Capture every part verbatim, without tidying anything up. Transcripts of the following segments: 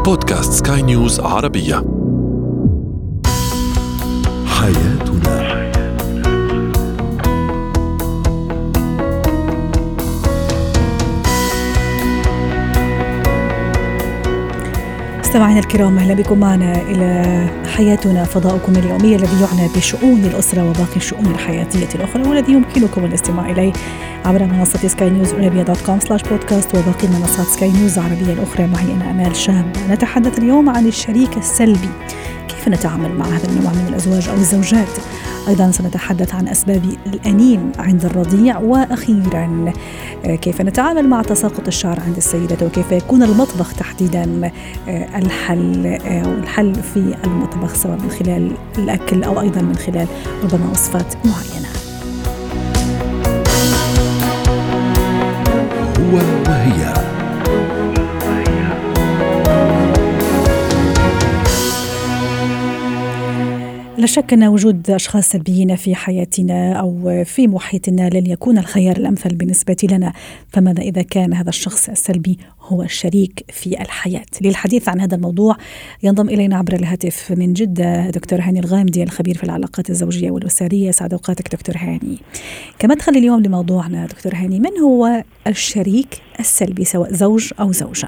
بودكاست سكاي نيوز عربية. حياتنا. مستمعينا الكرام، أهلا بكم معنا إلى حياتنا، فضاؤكم اليومي الذي يعنى بشؤون الأسرة وباقي الشؤون الحياتية الأخرى، والذي يمكنكم الاستماع إليه عبر منصة سكاي نيوز عربية دوت كوم سلاش بودكاست وباقي منصات سكاي نيوز عربية الأخرى. معي أنا أمال شاب. نتحدث اليوم عن الشريك السلبي، كيف نتعامل مع هذا النوع من الأزواج أو الزوجات. أيضا سنتحدث عن أسباب الأنين عند الرضيع، وأخيرا كيف نتعامل مع تساقط الشعر عند السيدة، وكيف يكون المطبخ تحديدا الحل أو الحل في المطبخ، سواء من خلال الأكل أو أيضا من خلال ربما وصفات معينة. هو وهي. لا شك أن وجود أشخاص سلبيين في حياتنا أو في محيطنا لن يكون الخيار الأمثل بالنسبة لنا، فماذا إذا كان هذا الشخص السلبي هو الشريك في الحياة؟ للحديث عن هذا الموضوع ينضم إلينا عبر الهاتف من جدة دكتور هاني الغامدي، الخبير في العلاقات الزوجية والأسرية. سعد أوقاتك دكتور هاني. كمدخل اليوم لموضوعنا دكتور هاني، من هو الشريك السلبي سواء زوج أو زوجة؟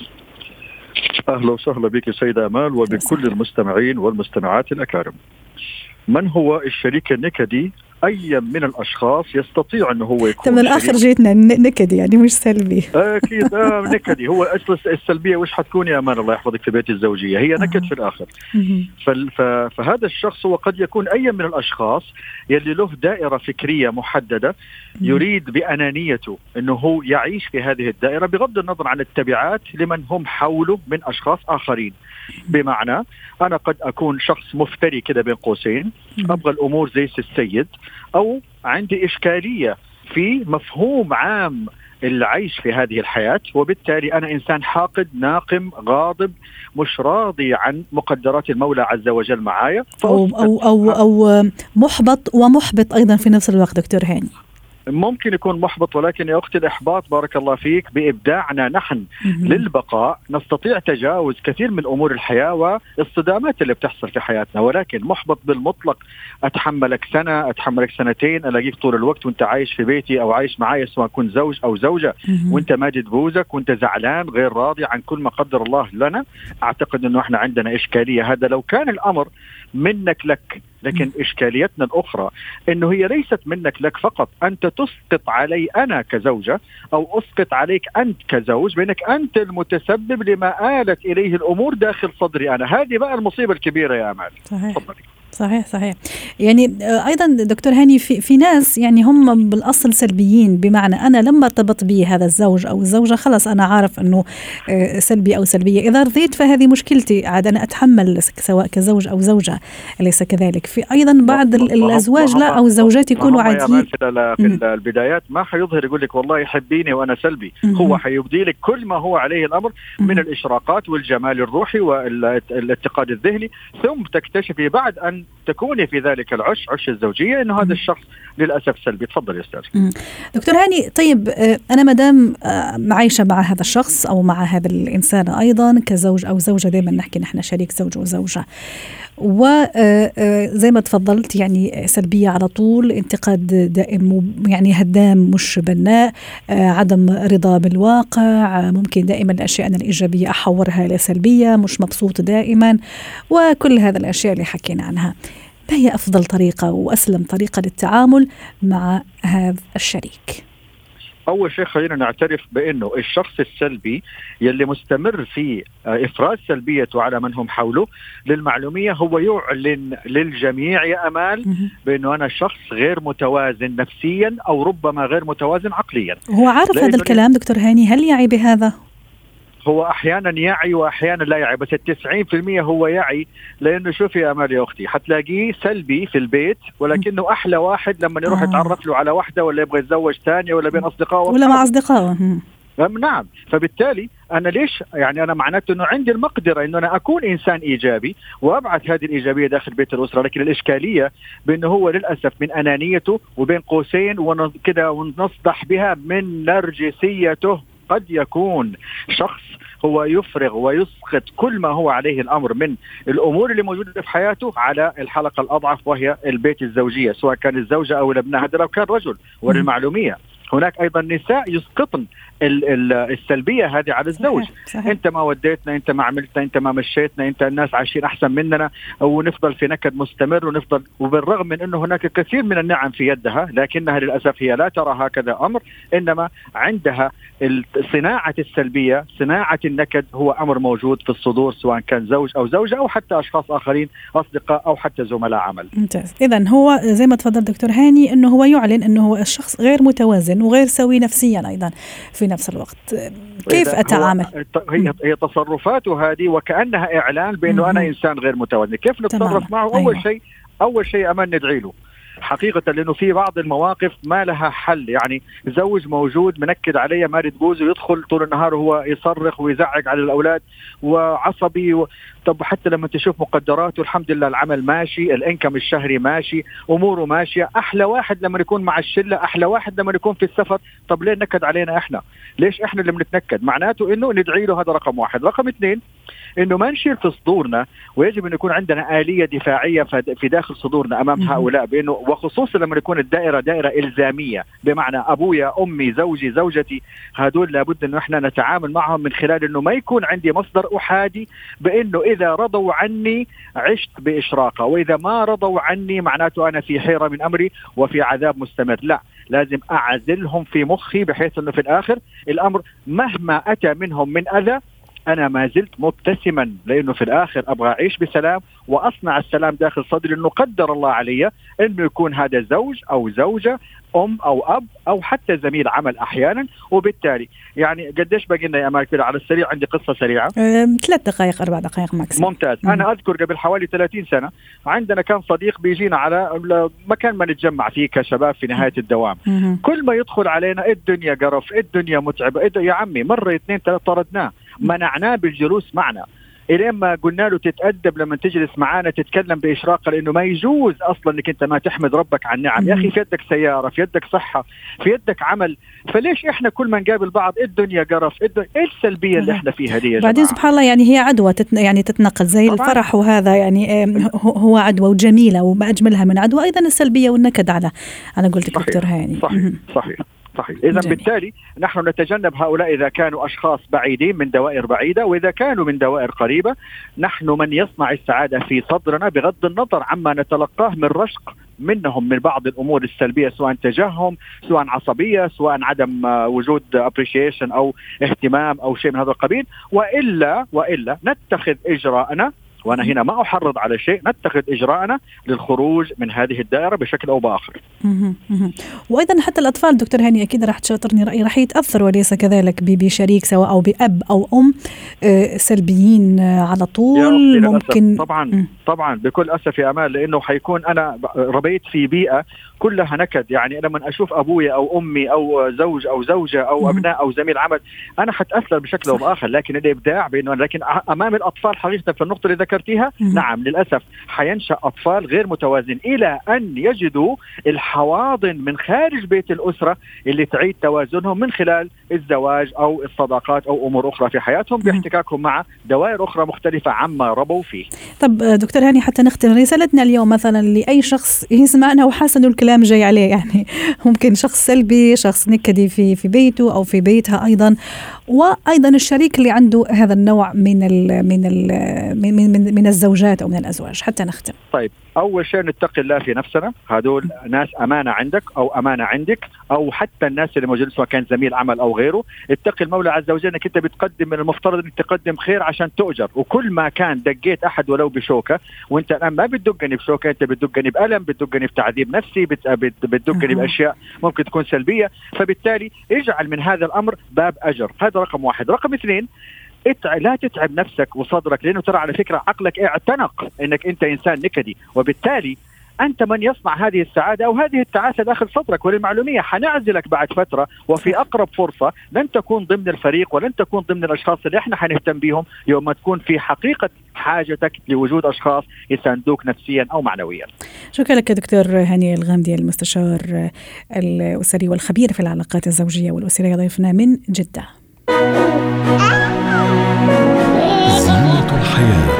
أهلا وسهلا بك سيدة أمال وبكل المستمعين والمستمعات الأكارم. من هو الشريك النكدي؟ أي من الأشخاص يستطيع أنه هو يكون من الآخر جيتنا نكدي، يعني مش سلبي. أكيد آه نكدي. هو أصل السلبية وش حتكون يا أمان الله يحفظك في بيت الزوجية؟ هي نكد في الآخر. فهذا الشخص هو قد يكون أي من الأشخاص يلي له دائرة فكرية محددة، يريد بأنانيته أنه هو يعيش في هذه الدائرة بغض النظر عن التبعات لمن هم حوله من أشخاص آخرين. بمعنى أنا قد أكون شخص مفتري كده بين قوسين، أبغى الأمور زي السيد، أو عندي إشكالية في مفهوم عام العيش في هذه الحياة، وبالتالي أنا إنسان حاقد ناقم غاضب مش راضي عن مقدرات المولى عز وجل معايا، أو, أو, أو, أو محبط ومحبط أيضا في نفس الوقت دكتور هاني. ممكن يكون محبط، ولكن يا أختي الإحباط بارك الله فيك بإبداعنا نحن للبقاء نستطيع تجاوز كثير من أمور الحياة والصدامات اللي بتحصل في حياتنا. ولكن محبط بالمطلق، أتحملك سنة أتحملك سنتين ألاقيك طول الوقت وانت عايش في بيتي أو عايش معايا سواء كنت زوج أو زوجة وانت ماجد بوزك وانت زعلان غير راضي عن كل ما قدر الله لنا، أعتقد أنه احنا عندنا إشكالية. هذا لو كان الأمر منك لك، لكن إشكاليتنا الأخرى أنه هي ليست منك لك فقط، أنت تسقط علي أنا كزوجة أو أسقط عليك أنت كزوج، بأنك أنت المتسبب لما آلت إليه الأمور داخل صدري أنا. هذه بقى المصيبة الكبيرة يا أمال. صحيح. صحيح صحيح. يعني أيضا دكتور هاني، في, في ناس يعني هم بالأصل سلبيين، بمعنى أنا لما ارتبط به هذا الزوج أو الزوجة خلاص أنا عارف أنه سلبي أو سلبية، إذا رضيت فهذه مشكلتي، عاد أنا أتحمل سواء كزوج أو زوجة. أليس كذلك؟ في أيضا بعض الأزواج لا أو الزوجات يكونوا عاديين. في البدايات ما حيظهر يقول لك والله يحبيني وأنا سلبي، هو حيبدي لك كل ما هو عليه الأمر من الإشراقات والجمال الروحي والاتقاد الذهني، ثم تكتشفي بعد أن تكوني في ذلك العش عش الزوجية أنه هذا الشخص للأسف سلبي. تفضل يا أستاذ. دكتور هاني، طيب أنا مدام عايشة مع هذا الشخص أو مع هذا الإنسان أيضا كزوج أو زوجة، دائما نحكي نحن شريك زوج وزوجة، وزي ما تفضلت يعني سلبية على طول، انتقاد دائم يعني هدام مش بناء، عدم رضا بالواقع، ممكن دائما الأشياء الإيجابية أحورها لسلبية، مش مبسوط دائما، وكل هذا الأشياء اللي حكينا عنها. ما هي أفضل طريقة وأسلم طريقة للتعامل مع هذا الشريك؟ أول شيء خلينا نعترف بأنه الشخص السلبي يلي مستمر في إفراز سلبيته على من هم حوله، للمعلومية هو يعلن للجميع يا أمال بأنه أنا شخص غير متوازن نفسيا أو ربما غير متوازن عقليا. هو عارف هذا الكلام دكتور هاني؟ هل يعي بهذا؟ هو أحيانا يعي وأحيانا لا يعي، بس التسعين في المية هو يعي. لأنه شوف يا أمال يا أختي، حتلاقيه سلبي في البيت ولكنه أحلى واحد لما يروح آه. يتعرف له على واحدة ولا يبغى يتزوج ثانية ولا بين أصدقائه ولا مع أصدقائه. نعم. فبالتالي أنا ليش يعني أنا معناته أنه عندي المقدرة أنه أنا أكون إنسان إيجابي وأبعث هذه الإيجابية داخل بيت الأسرة، لكن الإشكالية بأنه هو للأسف من أنانيته وبين قوسين وكذا ونصدح بها من نرجسيته قد يكون شخص هو يفرغ ويسقط كل ما هو عليه الأمر من الأمور اللي موجودة في حياته على الحلقة الأضعف وهي البيت الزوجية، سواء كان الزوجة أو الأبناء. هذا لو كان رجل. وللمعلومية هناك أيضا نساء يسقطن السلبية هذه على الزوج. صحيح. صحيح. أنت ما وديتنا، أنت ما عملتنا، أنت ما مشيتنا، أنت الناس عايشين أحسن مننا، ونفضل في نكد مستمر ونفضل. وبالرغم من أنه هناك كثير من النعم في يدها، لكنها للأسف هي لا ترى هكذا أمر، إنما عندها صناعة السلبية، صناعة النكد هو أمر موجود في الصدور، سواء كان زوج أو زوجة أو حتى أشخاص آخرين، أصدقاء أو حتى زملاء عمل. ممتاز. إذن هو زي ما تفضل دكتور هاني أنه هو يعلن أنه هو الشخص غير متوازن وغير سوي نفسيا أيضا في نفس الوقت. كيف أتعامل؟ هي هي تصرفاته هذه وكأنها إعلان بأنه أنا إنسان غير متوازن. كيف نتصرف معه؟ أول أيوة. شيء أول شيء أمان ندعي له حقيقة، لأنه في بعض المواقف ما لها حل. يعني زوج موجود منكد عليه مارد جوزه، يدخل طول النهار وهو يصرخ ويزعق على الأولاد وعصبي و... طب حتى لما تشوف مقدراته الحمد لله العمل ماشي، الانكم الشهري ماشي، أموره ماشية. أحلى واحد لما يكون مع الشلة، أحلى واحد لما يكون في السفر. طب ليه نكد علينا إحنا؟ ليش إحنا اللي بنتنكد؟ معناته إنه ندعي له. هذا رقم واحد. رقم اثنين، إنه ما نشيل في صدورنا، ويجب أن يكون عندنا آلية دفاعية في داخل صدورنا أمام هؤلاء، بأنه وخصوصا لما يكون الدائرة دائرة إلزامية، بمعنى أبويا أمي زوجي زوجتي، هذول لابد أنه إحنا نتعامل معهم من خلال أنه ما يكون عندي مصدر أحادي، بأنه إذا رضوا عني عشت بإشراقة، وإذا ما رضوا عني معناته أنا في حيرة من أمري وفي عذاب مستمر. لا، لازم أعزلهم في مخي بحيث أنه في الآخر الأمر مهما أتى منهم من أذى أنا ما زلت مبتسما، لأنه في الآخر أبغى أعيش بسلام وأصنع السلام داخل صدري، لأنه قدر الله علي أنه يكون هذا زوج أو زوجة، أم أو أب أو حتى زميل عمل أحيانا. وبالتالي يعني قديش باقي لنا يا أمال كده على السريع؟ عندي قصة سريعة. ثلاث دقائق أربع دقائق ماكسيموم. ممتاز. م- أنا أذكر قبل حوالي ثلاثين سنة عندنا كان صديق بيجينا على مكان ما نتجمع فيه كشباب في نهاية الدوام. م- كل ما يدخل علينا الدنيا قرف، الدنيا متعبة، يا عمي مرة اثنين ثلاثة طردناه، منعناه بالجلوس معنا، إلى ما قلنا له تتأدب لما تجلس معانا تتكلم بإشراقة، لأنه ما يجوز أصلا أنك أنت ما تحمد ربك عن نعم. يا أخي في يدك سيارة، في يدك صحة، في يدك عمل، فليش إحنا كل ما نقابل بعض الدنيا قرف؟ الدنيا إيه السلبية اللي إحنا فيها دي؟ بعدين سبحان الله يعني هي عدوى تتن... يعني تتنقل زي طبعاً. الفرح وهذا يعني هو عدوى وجميلة، وما أجملها من عدوى أيضا السلبية والنكد على على قولتك دكتور هاني. صحيح صحيح صحيح. إذا بالتالي نحن نتجنب هؤلاء إذا كانوا أشخاص بعيدين من دوائر بعيدة، وإذا كانوا من دوائر قريبة نحن من يصنع السعادة في صدرنا بغض النظر عما نتلقاه من رشق منهم من بعض الأمور السلبية، سواء تجاههم، سواء عصبية، سواء عدم وجود appreciation أو اهتمام أو شيء من هذا القبيل. وإلا وإلا نتخذ إجراءنا، وأنا هنا ما أحرض على شيء، نتخذ إجراءنا للخروج من هذه الدائرة بشكل أو بآخر. وأيضا حتى الأطفال دكتور هاني أكيد راح تشاطرني رأيي راح يتأثر وليس كذلك بشريك سواء أو بأب أو أم سلبيين على طول ممكن. طبعا م. طبعا بكل أسف يا أمال، لأنه حيكون أنا ربيت في بيئة كلها نكد. يعني لما أشوف أبويا أو أمي أو زوج أو زوجة أو م. أبناء أو زميل عمل أنا حتأثر بشكل أو بآخر. لكن الإبداع بأنه لكن أمام الأطفال حقيقة في النقطة اللي ذكرتيها م. نعم للأسف حينشأ أطفال غير متوازن إلى أن يجدوا الحواضن من خارج بيت الأسرة اللي تعيد توازنهم من خلال الزواج أو الصداقات أو أمور أخرى في حياتهم باحتكاكهم مع دوائر أخرى مختلفة عما ربوا فيه. طب دكتور هاني حتى نختم رسالتنا اليوم مثلا لأي شخص يسمعنا وحاسس إنه الكلام جاي عليه، يعني ممكن شخص سلبي، شخص نكدي في في بيته أو في بيتها أيضا، وأيضا الشريك اللي عنده هذا النوع من ال من ال من من, من الزوجات أو من الأزواج. حتى نختم. طيب أول شيء نتقي الله في نفسنا، هذول ناس أمانة عندك أو أمانة عندك، أو حتى الناس اللي موجودين سواء كان زميل عمل أو غيره. اتقي المولى عز وجل أنك أنت بتقدم، من المفترض أنك تقدم خير عشان تؤجر. وكل ما كان دقيت أحد ولو بشوكة، وأنت الآن ما بتدقني بشوكة، أنت بتدقني بألم، بتدقني بتعذيب نفسي، بتدقني بأشياء ممكن تكون سلبية. فبالتالي اجعل من هذا الأمر باب أجر. هذا رقم واحد. رقم اثنين، لا تتعب نفسك وصدرك، لأنه ترى على فكرة عقلك اعتنق أنك أنت إنسان نكدي، وبالتالي أنت من يصنع هذه السعادة أو هذه التعاسة داخل صدرك. وللمعلومية حنعزلك بعد فترة، وفي أقرب فرصة لن تكون ضمن الفريق ولن تكون ضمن الأشخاص اللي احنا حنهتم بهم يوم ما تكون في حقيقة حاجتك لوجود أشخاص يساندوك نفسيا أو معنويا. شكرا لك دكتور هاني الغامدي، المستشار الأسري والخبير في العلاقات الزوجية والأسرية، ضيفنا من جدة. زينة الحياة.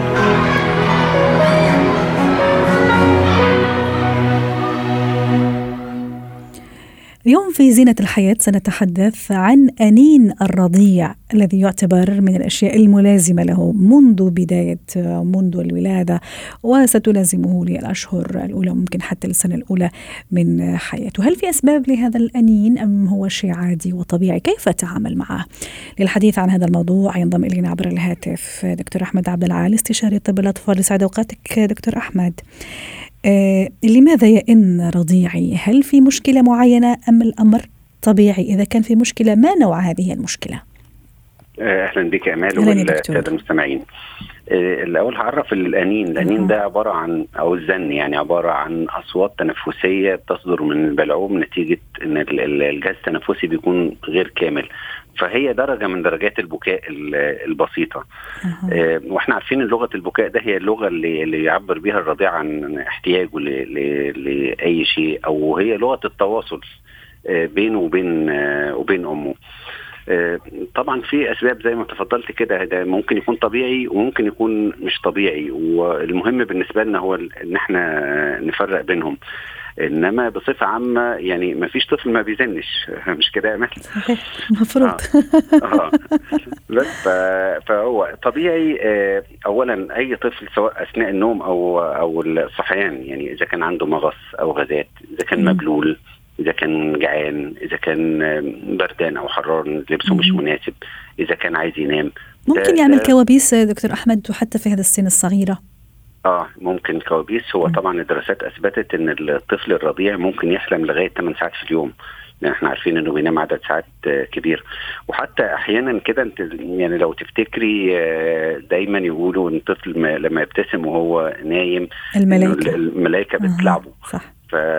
اليوم في زينة الحياة سنتحدث عن أنين الرضيع الذي يعتبر من الأشياء الملازمة له منذ بداية منذ الولادة، وستلازمه للأشهر الأولى ممكن حتى السنة الأولى من حياته. هل في أسباب لهذا الأنين أم هو شيء عادي وطبيعي؟ كيف أتعامل معه؟ للحديث عن هذا الموضوع ينضم إلينا عبر الهاتف دكتور أحمد عبد العال، استشاري طب الأطفال. يسعد أوقاتك دكتور أحمد. آه، لماذا يئن رضيعي؟ هل في مشكلة معينة أم الأمر طبيعي؟ إذا كان في مشكلة ما نوع هذه المشكلة؟ أهلا بك أمال والسادة المستمعين. الأول هعرف الأنين. الأنين ده عبارة عن أو الزن، يعني عبارة عن أصوات تنفسية بتصدر من البلعوم نتيجة أن الجهاز التنفسي بيكون غير كامل، فهي درجة من درجات البكاء البسيطة. أه. واحنا عارفين ان لغة البكاء ده هي اللغة اللي, اللي يعبر بها الرضيع عن احتياجه لأي شيء، أو هي لغة التواصل بينه وبين وبين أمه. طبعا في أسباب زي ما تفضلت كده، ده ممكن يكون طبيعي وممكن يكون مش طبيعي، والمهم بالنسبة لنا هو ان احنا نفرق بينهم. انما بصفه عامه يعني ما فيش طفل ما بيزنش، مش كده يا مثل المفروض. آه. آه. بس فهو طبيعي. آه اولا اي طفل سواء اثناء النوم او او الصحيان، يعني اذا كان عنده مغص او غازات، اذا كان مبلول، اذا كان جعان، اذا كان بردان او حران، لبسه مش مناسب، اذا كان عايز ينام، ممكن يعمل كوابيس دكتور احمد وحتى في هذا السن الصغيره. اه ممكن كوابيس. هو م. طبعا الدراسات اثبتت ان الطفل الرضيع ممكن يحلم لغايه ثمان ساعات في اليوم، يعني احنا عارفين انه بينام عدد ساعات كبير. وحتى احيانا كده انت يعني لو تفتكري دايما يقولوا ان الطفل لما يبتسم وهو نايم الملائكه الملائكه بتلعبه. آه صح.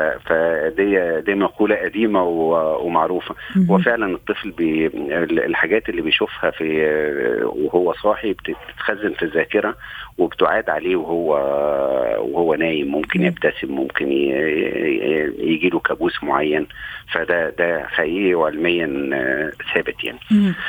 فدي دي مقولة قديمة ومعروفة. هو فعلا الطفل بي الحاجات اللي بيشوفها في وهو صاحي بتتخزن في الذاكرة وبتعاد عليه وهو وهو نايم. ممكن يبتسم، ممكن يجي له كابوس معين، فده ده حقيقي وعلميا ثابت يعني.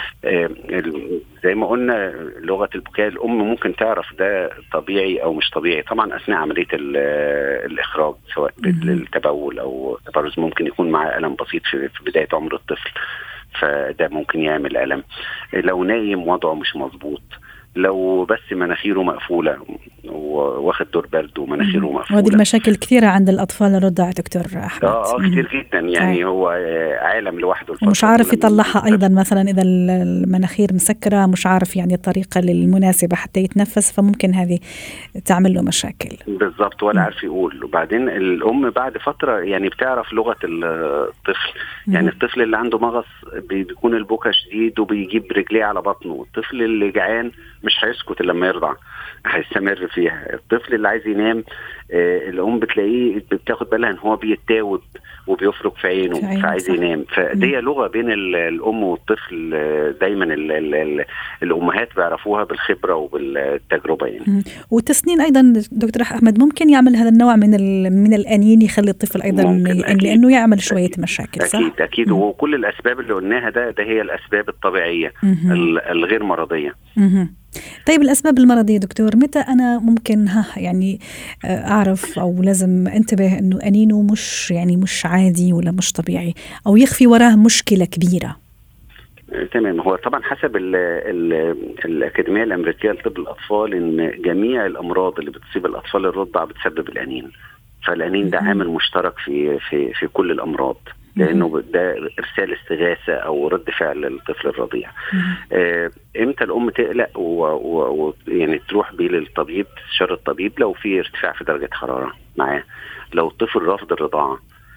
زي ما قلنا لغة البكاء، الأم ممكن تعرف ده طبيعي أو مش طبيعي. طبعا أثناء عملية الإخراج سواء بالتبول أو تبرز ممكن يكون معاه ألم بسيط في بداية عمر الطفل، فده ممكن يعمل ألم. لو نايم وضعه مش مظبوط، لو بس مناخيره مقفولة واخد دور برد ومناخيره مقفولة. وهذه المشاكل كثيرة عند الأطفال الرضع دكتور أحمد. اه كثير جدا يعني. طيب. هو عالم لوحده، ومش عارف يطلعها أيضا. مثلا إذا المناخير مسكرة مش عارف يعني الطريقة المناسبة حتى يتنفس، فممكن هذه تعمل له مشاكل. بالضبط، ولا عارف يقول. وبعدين الأم بعد فترة يعني بتعرف لغة الطفل. يعني الطفل اللي عنده مغص بيكون البكا شديد وبيجيب رجليه على بطنه. الطفل اللي جعان مش هيسكت لما يرضع، هيستمر فيها. الطفل اللي عايز ينام آه الأم بتلاقيه بتاخد بالها ان هو بيتاوب وبيفرق في عينه فعايز ينام. فدي لغة بين الأم والطفل دايما ال ال ال الأمهات بيعرفوها بالخبرة وبالتجربة يعني. والتسنين أيضا دكتور أحمد ممكن يعمل هذا النوع من من الأنين، يخلي الطفل أيضا لأنه يعمل شوية أكيد مشاكل. صح؟ أكيد أكيد. وكل الأسباب اللي قلناها ده ده هي الأسباب الطبيعية الغير مرضية. طيب الأسباب المرضية دكتور، متى أنا ممكن ها يعني أعرف أو لازم انتبه إنه أنينه مش يعني مش عادي ولا مش طبيعي أو يخفي وراه مشكلة كبيرة؟ تمام. هو طبعا حسب ال ال الأكاديمية الأمريكية لطب الأطفال إن جميع الأمراض اللي بتصيب الأطفال الرضع بتسبب الأنين. فالأنين ده عامل مشترك في في في كل الأمراض، لأنه ده إرسال استغاثة أو رد فعل للطفل الرضيع. آه إمتى الأم تقلق ويعني تروح بيه للطبيب، تستشير الطبيب لو في ارتفاع في درجة حرارة معاه، لو الطفل رافض الرضاعة،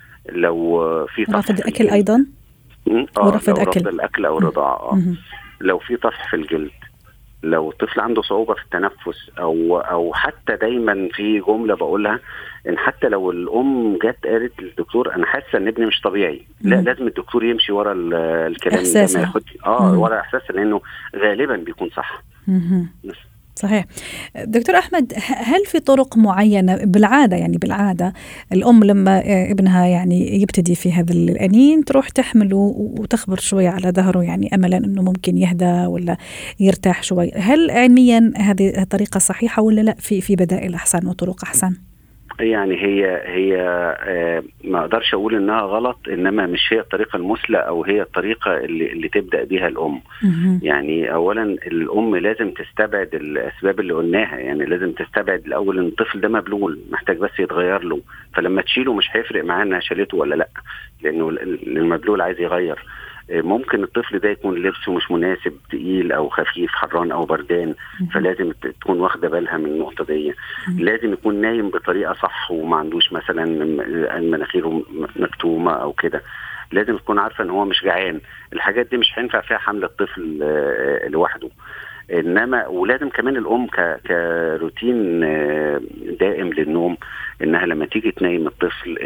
لو في رافض الأكل أيضا، آه رافض الأكل. الأكل أو الرضاعة، آه. لو في طفح في الجلد، لو الطفل عنده صعوبة في التنفس، أو أو حتى دايما في جملة بقولها إن حتى لو الأم جت قالت للدكتور أنا حاسة إن ابني مش طبيعي، مم. لا لازم الدكتور يمشي ورا الكلام ده، ما ياخد آه مم. ورا إحساسه، لأنه غالبا بيكون صح. صحيح. دكتور أحمد، هل في طرق معينة بالعادة يعني بالعادة الأم لما ابنها يعني يبتدي في هذا الأنين تروح تحمله وتخبر شوية على ظهره يعني أملا أنه ممكن يهدى ولا يرتاح شوي، هل علميا هذه الطريقة صحيحة ولا لا في في بدائل أحسن وطرق أحسن؟ يعني هي هي آه ما اقدرش اقول انها غلط، انما مش هي الطريقه المثلى او هي الطريقه اللي, اللي تبدا بها الام. يعني اولا الام لازم تستبعد الاسباب اللي قلناها، يعني لازم تستبعد الاول ان الطفل ده مبلول محتاج بس يتغير له، فلما تشيله مش هيفرق معاه انها شالته ولا لا، لانه المبلول عايز يغير. ممكن الطفل ده يكون لبسه مش مناسب، تقيل او خفيف، حران او بردان، فلازم تكون واخده بالها من النقطه دي. لازم يكون نايم بطريقه صح وما عندوش مثلا مناخيره مكتومه او كده. لازم تكون عارفه ان هو مش جعان. الحاجات دي مش هينفع فيها حمل الطفل لوحده. انما ولازم كمان الام كروتين دائم للنوم، انها لما تيجي تنيم الطفل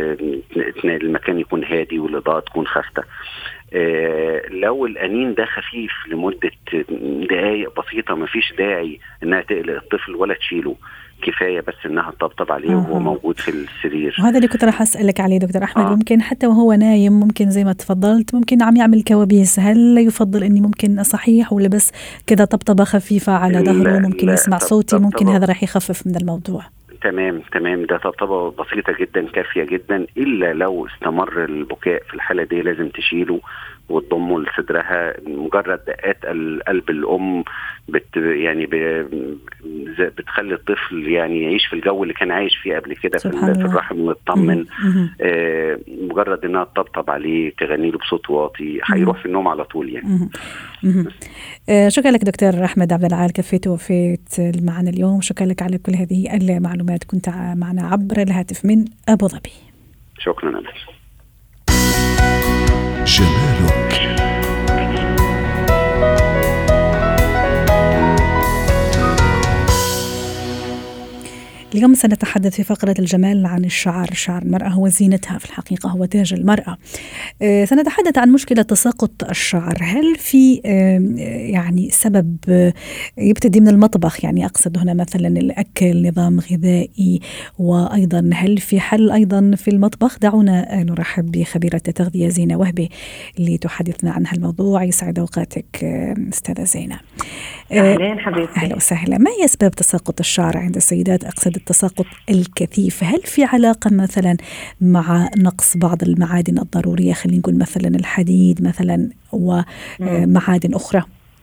المكان يكون هادي والاضاءه تكون خافته. لو الأنين ده خفيف لمدة دقائق بسيطة مفيش داعي انها تقلق الطفل ولا تشيله، كفاية بس انها تطبطب عليه آه. وهو موجود في السرير. وهذا اللي كنت راح أسألك عليه دكتور أحمد. آه. ممكن حتى وهو نايم ممكن زي ما تفضلت ممكن عم يعمل كوابيس، هل يفضل اني ممكن صحيح ولا بس كده طبطبة خفيفة على ظهره ممكن يسمع صوتي ممكن هذا راح يخفف من الموضوع؟ تمام تمام ده طبطبة بسيطة جدا كافية جدا، إلا لو استمر البكاء في الحالة دي لازم تشيله وتضمه لصدرها. مجرد دقات قلب الأم بت يعني بتخلي الطفل يعني يعيش في الجو اللي كان عايش فيه قبل كده في الرحم ويطمن. آه مجرد انها تطبطب عليه تغني له بصوت واطي هيروح في النوم على طول يعني. آه شكرا لك دكتور أحمد عبد العال، كفيت ووفيت معنا اليوم. شكرا لك على كل هذه المعلومات، كنت معنا عبر الهاتف من أبو ظبي. شكرا لك. جمالك اليوم سنتحدث في فقرة الجمال عن الشعر. شعر المرأة هو زينتها، في الحقيقة هو تاج المرأة. سنتحدث عن مشكلة تساقط الشعر. هل في يعني سبب يبتدي من المطبخ؟ يعني أقصد هنا مثلا الأكل، نظام غذائي، وأيضا هل في حل أيضا في المطبخ؟ دعونا نرحب بخبيرة التغذية زينة وهبي اللي تحدثنا عن هالموضوع. يسعد أوقاتك أستاذة زينة. أهلا حبيبتي. أهلا وسهلا. ما هي أسباب تساقط الشعر عند السيدات؟ أقصد التساقط الكثيف. هل في علاقة مثلا مع نقص بعض المعادن الضرورية، خلينا نقول مثلا الحديد مثلا ومعادن أخرى؟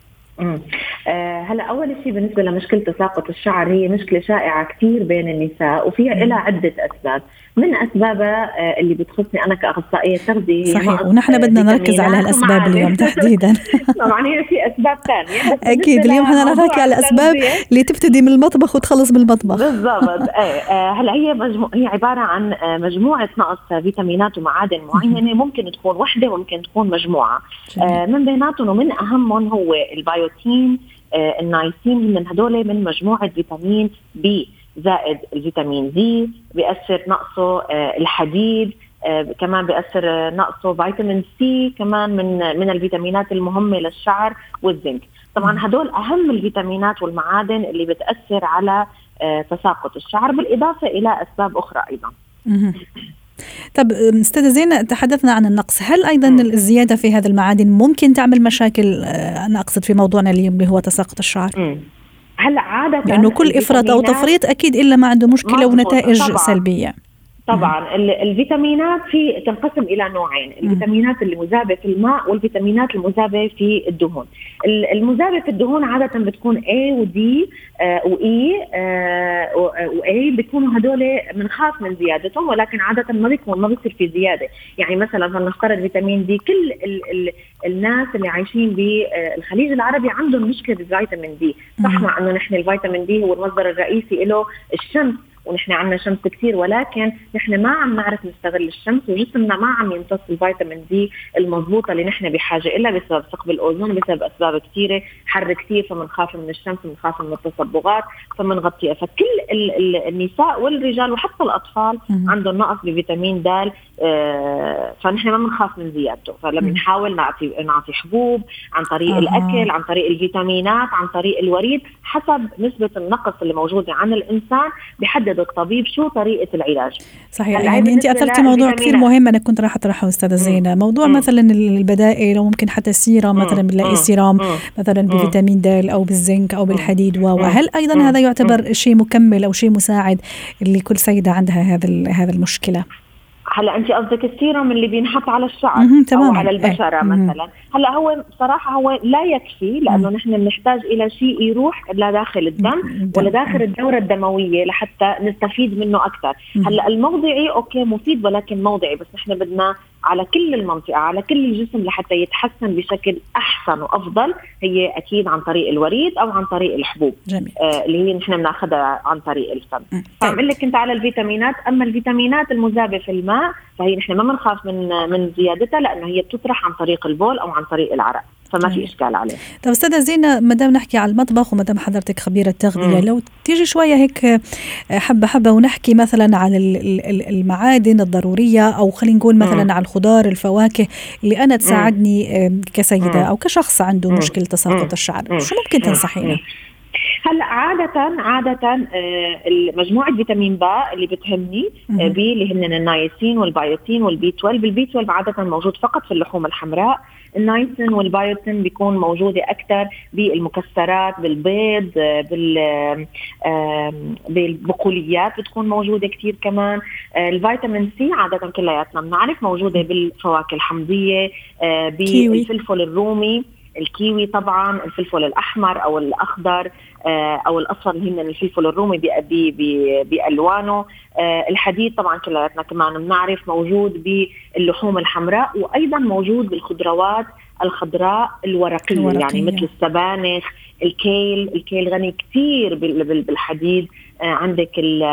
آه هلا اول شيء بالنسبه لمشكله تساقط الشعر، هي مشكله شائعه كثير بين النساء وفيها لها عده اسباب. من اسبابها آه اللي بتخصني انا كاخصائيه تغذيه. صحيح، ونحن بدنا نركز على هالاسباب اليوم تحديدا. طبعا هي في اسباب ثانيه اكيد اليوم احنا نحكي على الاسباب اللي تبتدي من المطبخ وتخلص من المطبخ. بالضبط. آه هلا هي مجمو... هي عباره عن مجموعه نقص فيتامينات ومعادن معينه، ممكن تكون وحده وممكن تكون مجموعه. آه من بيناتهم ومن اهمهم هو البيوتين، آه النايسين، من هدول من مجموعه فيتامين بي زائد الفيتامين دي بيأثر نقصه. آه الحديد آه كمان بيأثر نقصه. فيتامين سي كمان من من الفيتامينات المهمة للشعر، والزنك. طبعا هدول أهم الفيتامينات والمعادن اللي بتأثر على آه تساقط الشعر، بالإضافة إلى أسباب أخرى أيضا. طب أستاذة زينة، تحدثنا عن النقص، هل أيضا م. الزيادة في هذه المعادن ممكن تعمل مشاكل؟ أنا أقصد في موضوعنا اليوم اللي هو تساقط الشعر. م. هلا عادة لأنه كل إفراط أو تفريط أكيد إلا ما عنده مشكلة ونتائج طبعاً. سلبية. طبعا الفيتامينات في تنقسم إلى نوعين، الفيتامينات المذابة في الماء والفيتامينات المذابة في الدهون. المذابة في الدهون عادة بتكون A و D و E و A، بيكونوا هدول بنخاف من زيادتهم، ولكن عادة ما بيكون ما بيصير في زيادة. يعني مثلا فلنفترض فيتامين دي، كل ال ال الناس اللي عايشين بالخليج العربي عندهم مشكلة بالفيتامين دي، صح، مع انه نحن الفيتامين دي هو المصدر الرئيسي له الشمس، ونحن عنا شمس كتير، ولكن نحن ما عم نعرف نستغل الشمس، وجسمنا ما عم يمتص الفيتامين دي المضبوطة اللي نحن بحاجة إلها بسبب ثقب الأوزون، بسبب أسباب كتيرة، حر كتير، فمنخاف من الشمس، منخاف من التصبغات، فمنغطيها. فكل ال ال النساء والرجال وحتى الأطفال عندهم نقص بفيتامين د، آه فنحن ما بنخاف من زيادته. فلما نحاول نعطي نعطي حبوب عن طريق آه. الأكل، عن طريق الفيتامينات، عن طريق الوريد، حسب نسبة النقص اللي موجودة عن الإنسان بيحدد الطبيب شو طريقة العلاج. صحيح. يعني أنت أثرتي موضوع كثير مهم أنا كنت راح أطرحه أستاذة زينة، موضوع مم. مثلا البدائل، أو ممكن حتى السيرام، مثلا بنلاقي سيرام مثلا بفيتامين د أو بالزنك أو بالحديد، وهل أيضا مم. هذا يعتبر مم. شيء مكمل أو شيء مساعد اللي كل سيدة عندها هذا هذا المشكلة؟ هلا انت قصدك السيروم اللي بينحط على الشعر او على البشره ايه. مثلا هلا هو بصراحه هو لا يكفي، لانه مم. نحن بنحتاج الى شيء يروح لداخل الدم مم. ولا داخل الدوره الدمويه لحتى نستفيد منه اكثر. هلا الموضعي اوكي مفيد، ولكن موضعي، بس نحن بدنا على كل المنطقه، على كل الجسم لحتى يتحسن بشكل احسن وافضل، هي اكيد عن طريق الوريد او عن طريق الحبوب. جميل. آه اللي هي نحن بناخذها عن طريق الفم. فعمل لك انت على الفيتامينات، اما الفيتامينات المذابه في الماء فهي نحن ما بنخاف من من زيادتها، لانه هي بتطرح عن طريق البول او عن طريق العرق، فما في إشكال عليه. طب أستاذة زينة، مدام نحكي على المطبخ ومدام حضرتك خبيرة تغذية، مم. لو تيجي شوية هيك حبة حبة ونحكي مثلا على المعادن الضرورية، أو خلينا نقول مثلا مم. على الخضار الفواكه اللي أنا تساعدني مم. كسيدة مم. أو كشخص عنده مم. مشكلة تساقط الشعر، مم. شو ممكن تنصحينا؟ هلا عادة عادة مجموعة فيتامين باء اللي بتهمني بي اللي هن النايسين والبايوتين والبي اثنا عشر. البي اثنا عشر عادة موجود فقط في اللحوم الحمراء. النايسين والبايوتين بيكون موجودة أكثر بالمكسرات، بالبيض، بال بالبقوليات بتكون موجودة كتير كمان. الفيتامين سي عادة كلياتنا بنعرف موجودة بالفواكه الحمضية، بالفلفل الرومي، الكيوي طبعا، الفلفل الأحمر أو الأخضر أو الأصفر اللي هن الفلفل الرومي بألوانه. الحديد طبعا كلياتنا كمان بنعرف موجود باللحوم الحمراء، وأيضا موجود بالخضروات الخضراء الورقية, الورقية. يعني مثل السبانخ، الكيل. الكيل غني كتير بالحديد. عندك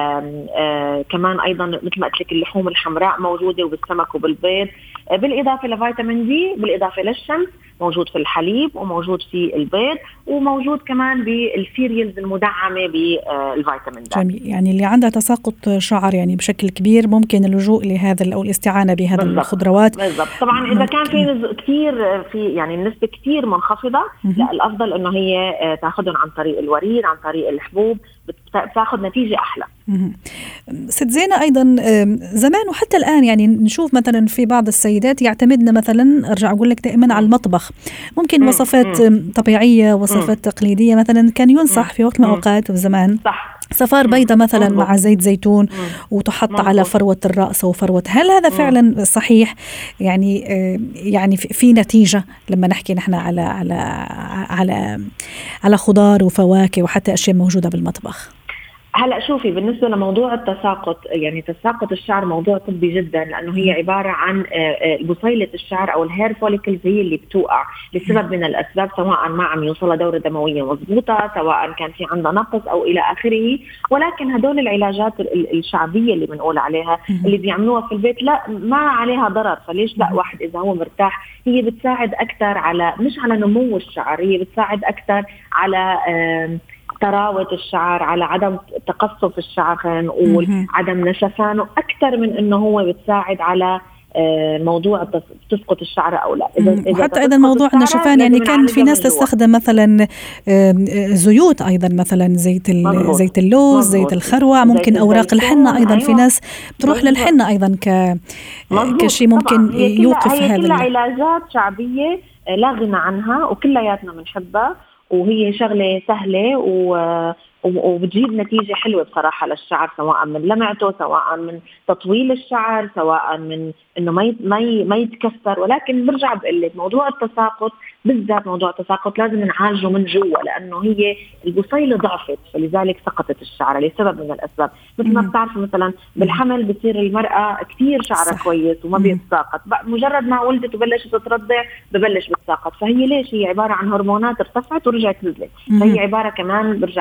كمان أيضا مثل ما قلت لك اللحوم الحمراء موجودة، وبالسمك وبالبيض، بالإضافة لفيتامين دي، بالإضافة للشمس موجود في الحليب، وموجود في البيض، وموجود كمان بالسيريالز المدعمة بالفيتامين د. جميل. يعني اللي عنده تساقط شعر يعني بشكل كبير ممكن اللجوء لهذا أو الاستعانة بهذا بالضبط. الخضروات بالضبط. طبعا إذا كان في كتير في يعني النسبة كتير منخفضة، لا الأفضل إنه هي تأخذهم عن طريق الوريد، عن طريق الحبوب، بتاخذ نتيجة أحلى. ست زينة، أيضا زمان وحتى الآن يعني نشوف مثلا في بعض السيدات يعتمدن مثلا، أرجع أقول لك دائما على المطبخ، ممكن مم. وصفات مم. طبيعية، وصفات مم. تقليدية. مثلا كان ينصح في وقت من الأوقات وزمان صح. صفار بيضة مثلا مم. مع زيت زيتون مم. وتحط مم. على فروة الرأس وفروة. هل هذا فعلا صحيح؟ يعني يعني في نتيجة لما نحكي نحن على على على على خضار وفواكه وحتى أشياء موجودة بالمطبخ؟ هلا شوفي، بالنسبه لموضوع التساقط، يعني تساقط الشعر موضوع طبي جدا، لانه هي عباره عن بصيله الشعر او الهير فوليكلز هي اللي بتوقع لسبب من الاسباب، سواء ما عم يوصلها دوره دمويه مضبوطه، سواء كان في عندها نقص او الى اخره. ولكن هدول العلاجات الشعبيه اللي بنقول عليها اللي بيعملوها في البيت لا ما عليها ضرر، فليش لا واحد اذا هو مرتاح؟ هي بتساعد اكثر على مش على نمو الشعر، هي بتساعد اكثر على تراوة الشعر، على عدم تقصف الشعر، خلينا نقول عدم نشفانه، أكثر من إنه هو بتساعد على موضوع تسقط الشعر أو لا. إذا إذا حتى أيضا موضوع النشفان، يعني كان في ناس تستخدم مثلا زيوت أيضا، مثلا زيت زيت اللوز، مزبوط. زيت الخروع، ممكن زيت أوراق الحنة أيضا. أيوة. في ناس بتروح مزبوط. للحنة أيضا ك كشيء ممكن يوقف هذا. هي كلها علاجات شعبية لا غنى عنها، وكلياتنا بنحبها، وهي شغلة سهلة و... وبتجيب نتيجة حلوة بصراحة للشعر، سواء من لمعته، سواء من تطويل الشعر، سواء من إنه ما ما ما يتكسر. ولكن برجع بقلك موضوع التساقط بالذات، موضوع التساقط لازم نعالجه من جوا، لأنه هي البصيلة ضعفت، فلذلك سقطت الشعر لسبب من الأسباب. مثل ما بتعرف مثلا بالحمل بتصير المرأة كثير شعرها كويس وما بيتساقط، مجرد ما ولدت وبلشت ترضع ببلش بتساقط. فهي ليش؟ هي عبارة عن هرمونات ارتفعت ورجعت نزلت. فهي عبارة كمان برجع بقلك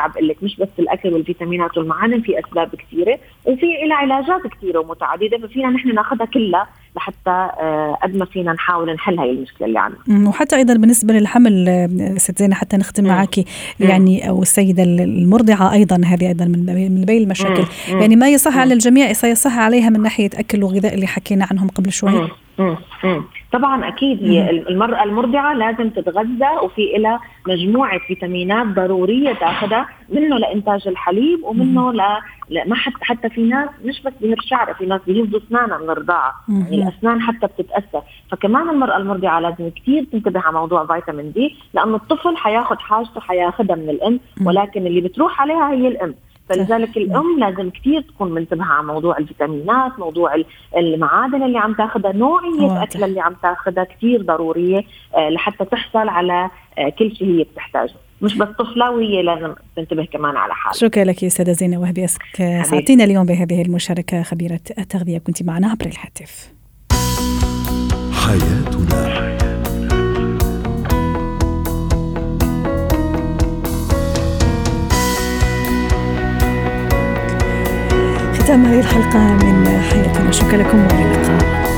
مش بس الاكل والفيتامينات والمعادن، في اسباب كثيره وفي لها علاجات كثيره ومتعدده، ففينا نحن ناخذها كلها لحتى قد ما فينا نحاول نحل هاي المشكله اللي عندنا. وحتى ايضا بالنسبه للحمل ست زينة حتى نختم مم. معك يعني او السيده المرضعه ايضا هذه ايضا من من بين المشاكل مم. يعني ما يصح مم. على الجميع يصح عليها من ناحيه اكل وغذاء اللي حكينا عنهم قبل شوي. مم. مم. مم. طبعا اكيد هي المرأة المرضعة لازم تتغذى وفي لها مجموعة فيتامينات ضرورية تاخذها، منه لإنتاج الحليب ومنه ل ما حتى حتى في ناس مش بس بهر شعرها، في ناس بيهزوا اسنانها من الرضاعة، يعني الاسنان حتى بتتأثر، فكمان المرأة المرضعة لازم كثير تنتبه على موضوع فيتامين دي، لأنه الطفل حياخد حاجته حياخدها من الأم، ولكن اللي بتروح عليها هي الأم. فلذلك الأم لازم كتير تكون منتبهة على موضوع الفيتامينات، موضوع المعادن اللي عم تاخدها، نوعية أكل اللي عم تاخدها كتير ضرورية لحتى تحصل على كل شيء هي بتحتاجه، مش بس طفلة وهي لازم تنتبه كمان على حالها. شكرا لك يا سيدة زينة وهبي، ساعتين اليوم بهذه المشاركة خبيرة التغذية، كنت معنا عبر الهاتف. حياتنا. ختام هذه الحلقة من حياتنا، شكرا لكم والى اللقاء.